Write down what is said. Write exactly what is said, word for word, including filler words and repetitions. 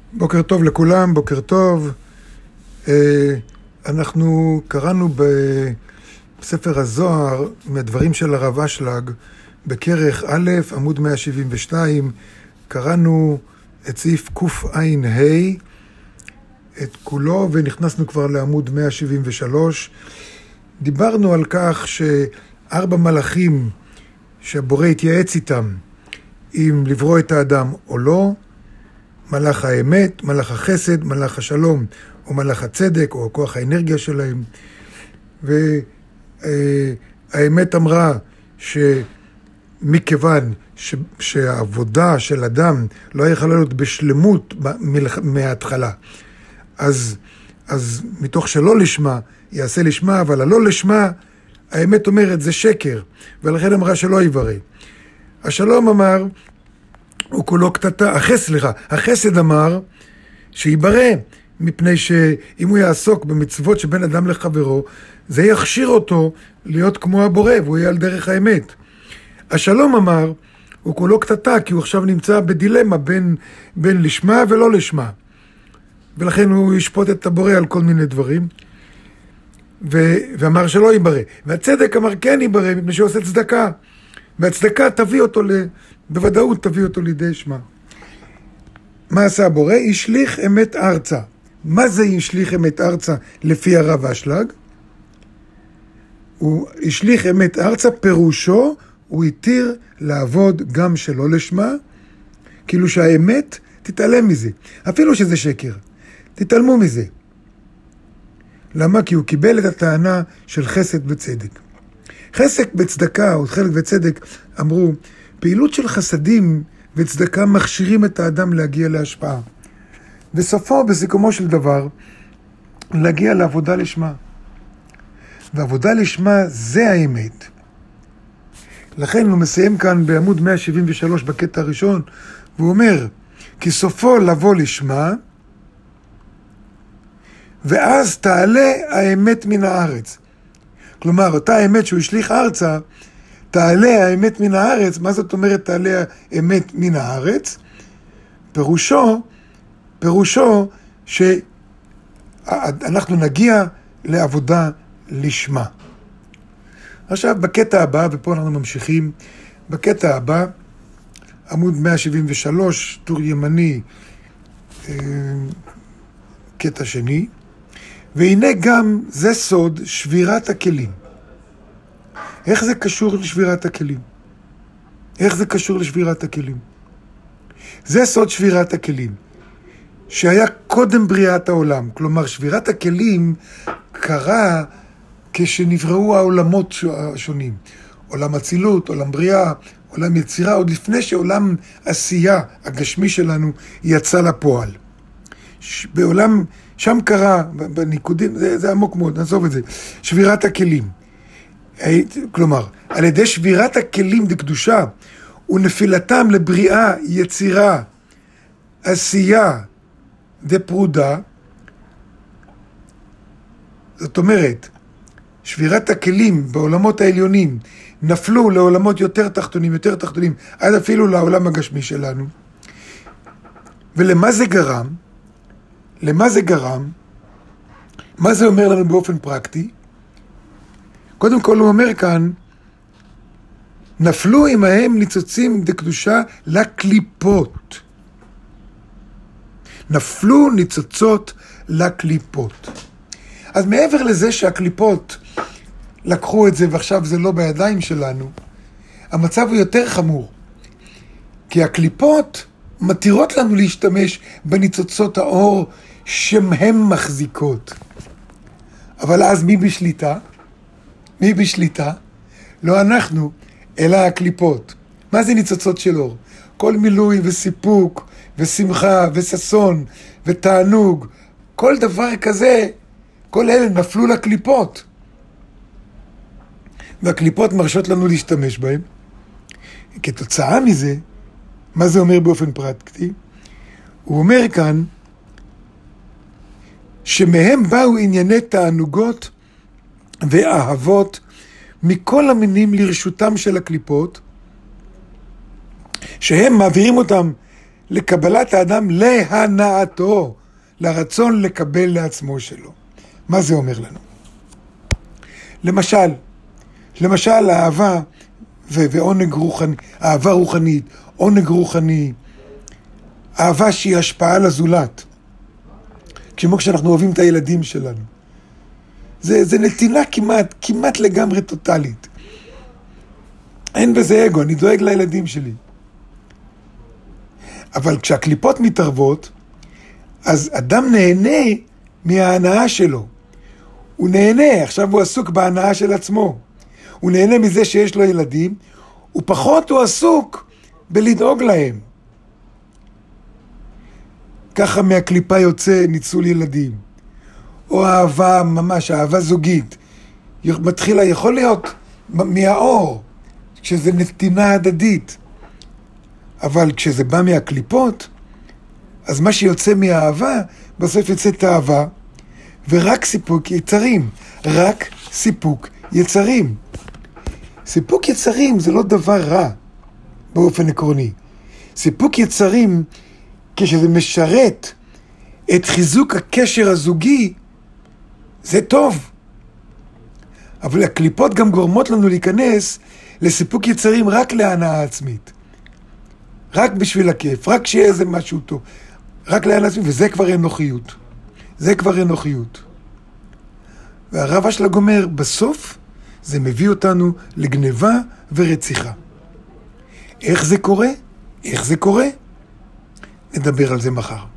בוקר טוב לכולם, בוקר טוב. אנחנו קראנו בספר הזוהר מהדברים של הרב אשלג, בכרך א', עמוד מאה שבעים ושתיים, קראנו את סעיף קע"ה, את כולו, ונכנסנו כבר לעמוד מאה שבעים ושלוש. דיברנו על כך שארבע מלאכים שהבורא התייעץ איתם, אם לברוא את האדם או לא, מלאך האמת, מלאך החסד, מלאך השלום, או מלאך הצדק, או כוח האנרגיה שלהם. והאמת אמרה שמכיוון ש... שהעבודה של אדם לא יכולה להיות בשלמות מההתחלה, אז, אז מתוך שלא לשמה, יעשה לשמה, אבל הלא לשמה, האמת אומרת זה שקר, ולכן אמרה שלא יברא. השלום אמר, הוא כולו קטטה, החסד, סליחה, החסד אמר שיברא, מפני שאם הוא יעסוק במצוות שבין אדם לחברו, זה יכשיר אותו להיות כמו הבורא, והוא יהיה על דרך האמת. השלום אמר, הוא כולו קטטה, כי הוא עכשיו נמצא בדילמה בין, בין לשמה ולא לשמה. ולכן הוא ישפוט את הבורא על כל מיני דברים, ו, ואמר שלא יברא. והצדק אמר כן יברא, מפני שהוא עושה צדקה. והצדקה תביא אותו, ל... בוודאות תביא אותו לידי שמה. מה עשה הבורא? השליך אמת ארצה. מה זה השליך אמת ארצה לפי הרב אשלג? הוא השליך אמת ארצה, פירושו, הוא התיר לעבוד גם שלא לשמה, כאילו שהאמת תתעלם מזה. אפילו שזה שקר. תתעלמו מזה. למה? כי הוא קיבל את הטענה של חסד וצדק. חסד בצדקה, או חלק וצדק, אמרו, פעילות של חסדים וצדקה מכשירים את האדם להגיע להשפעה. וסופו, בסיכומו של דבר, להגיע לעבודה לשמה. ועבודה לשמה זה האמת. לכן הוא מסיים כאן בעמוד מאה שבעים ושלוש בקטע הראשון, והוא אומר, כי סופו לבוא לשמה, ואז תעלה האמת מן הארץ. כלומר, אותה האמת שהוא השליך ארצה, תעלה האמת מן הארץ. מה זאת אומרת תעלה האמת מן הארץ? פירושו, פירושו שאנחנו נגיע לעבודה לשמה. עכשיו, בקטע הבא, ופה אנחנו ממשיכים, בקטע הבא, עמוד מאה שבעים ושלוש, טור ימני, קטע שני, והנה גם זה סוד שבירת הכלים. איך זה קשור לשבירת הכלים? איך זה קשור לשבירת הכלים? זה סוד שבירת הכלים, שהיה קודם בריאת העולם. כלומר, שבירת הכלים קרה כשנבראו העולמות השונים. עולם אצילות, עולם בריאה, עולם יצירה, עוד לפני שעולם עשייה הגשמי שלנו יצא לפועל. בעולם, שם קרה, בניקודים, זה, זה עמוק מאוד, נעזוב את זה, שבירת הכלים. כלומר, על ידי שבירת הכלים דקדושה, ונפילתם לבריאה, יצירה, עשייה ופרודה, זאת אומרת, שבירת הכלים בעולמות העליונים, נפלו לעולמות יותר תחתונים, יותר תחתונים, עד אפילו לעולם הגשמי שלנו. ולמה זה גרם? למה זה גרם? מה זה אומר לנו באופן פרקטי? קודם כל הוא אומר כאן, נפלו עמהם ניצוצים דקדושה לקליפות. נפלו ניצוצות לקליפות. אז מעבר לזה שהקליפות לקחו את זה ועכשיו זה לא בידיים שלנו, המצב הוא יותר חמור. כי הקליפות מתירות לנו להשתמש בניצוצות האור שהן מחזיקות. אבל אז מי בשליטה? מי בשליטה? לא אנחנו, אלא הקליפות. מה זה ניצוצות של אור? כל מילוי וסיפוק ושמחה וששון ותענוג, כל דבר כזה, כל אלה נפלו לקליפות. והקליפות מרשות לנו להשתמש בהם. כתוצאה מזה, מה זה אומר באופן פרקטי? הוא אומר כאן, שמהם באו ענייני תענוגות ואהבות מכל המינים לרשותם של הקליפות, שהם מעבירים אותם לקבלת האדם להנאתו, לרצון לקבל לעצמו שלו. מה זה אומר לנו? למשל, למשל אהבה ו- ועונג רוחני, אהבה רוחנית, עונג רוחני, אהבה שהיא השפעה לזולת. כמו כשאנחנו אוהבים את הילדים שלנו. זה, זה נתינה כמעט, כמעט לגמרי טוטלית. אין בזה אגו, אני דואג לילדים שלי. אבל כשהקליפות מתערבות, אז אדם נהנה מההנאה שלו. הוא נהנה, עכשיו הוא עסוק בהנאה של עצמו. הוא נהנה מזה שיש לו ילדים, ופחות הוא עסוק בלדאוג להם. ככה מהקליפה יוצא ניצול ילדים. או אהבה ממש, אהבה זוגית. מתחילה, יכול להיות מהאור, כשזה נתינה הדדית. אבל כשזה בא מהקליפות, אז מה שיוצא מהאהבה, בסוף יוצא תאווה, ורק סיפוק יצרים. רק סיפוק יצרים. סיפוק יצרים זה לא דבר רע, באופן עקרוני. סיפוק יצרים, כשזה משרת את חיזוק הקשר הזוגי, זה טוב. אבל הקליפות גם גורמות לנו להיכנס לסיפוק יצרים רק להנאה עצמית. רק בשביל הכיף, רק שיהיה איזה משהו טוב. רק להנאה עצמית, וזה כבר אנוכיות. זה כבר אנוכיות. והרב אשלג אומר, בסוף זה מביא אותנו לגניבה ורציחה. איך זה קורה? איך זה קורה? נדבר על זה מחר.